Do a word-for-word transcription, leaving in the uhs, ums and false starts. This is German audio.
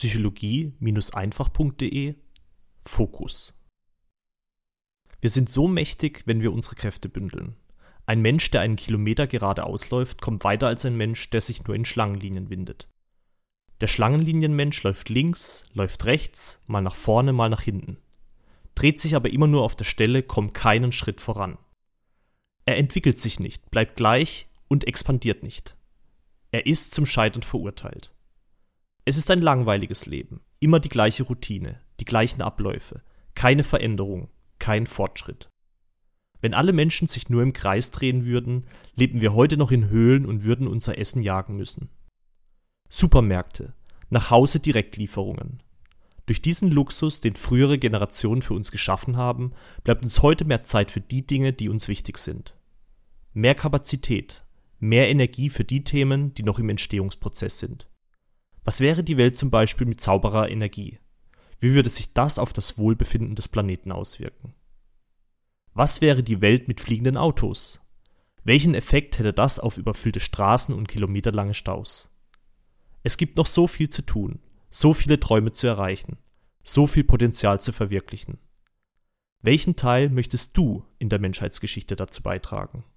psychologie Bindestrich einfach punkt de Fokus. Wir sind so mächtig, wenn wir unsere Kräfte bündeln. Ein Mensch, der einen Kilometer geradeaus läuft, kommt weiter als ein Mensch, der sich nur in Schlangenlinien windet. Der Schlangenlinienmensch läuft links, läuft rechts, mal nach vorne, mal nach hinten. Dreht sich aber immer nur auf der Stelle, kommt keinen Schritt voran. Er entwickelt sich nicht, bleibt gleich und expandiert nicht. Er ist zum Scheitern verurteilt. Es ist ein langweiliges Leben, immer die gleiche Routine, die gleichen Abläufe, keine Veränderung, kein Fortschritt. Wenn alle Menschen sich nur im Kreis drehen würden, lebten wir heute noch in Höhlen und würden unser Essen jagen müssen. Supermärkte, nach Hause Direktlieferungen. Durch diesen Luxus, den frühere Generationen für uns geschaffen haben, bleibt uns heute mehr Zeit für die Dinge, die uns wichtig sind. Mehr Kapazität, mehr Energie für die Themen, die noch im Entstehungsprozess sind. Was wäre die Welt zum Beispiel mit sauberer Energie? Wie würde sich das auf das Wohlbefinden des Planeten auswirken? Was wäre die Welt mit fliegenden Autos? Welchen Effekt hätte das auf überfüllte Straßen und kilometerlange Staus? Es gibt noch so viel zu tun, so viele Träume zu erreichen, so viel Potenzial zu verwirklichen. Welchen Teil möchtest du in der Menschheitsgeschichte dazu beitragen?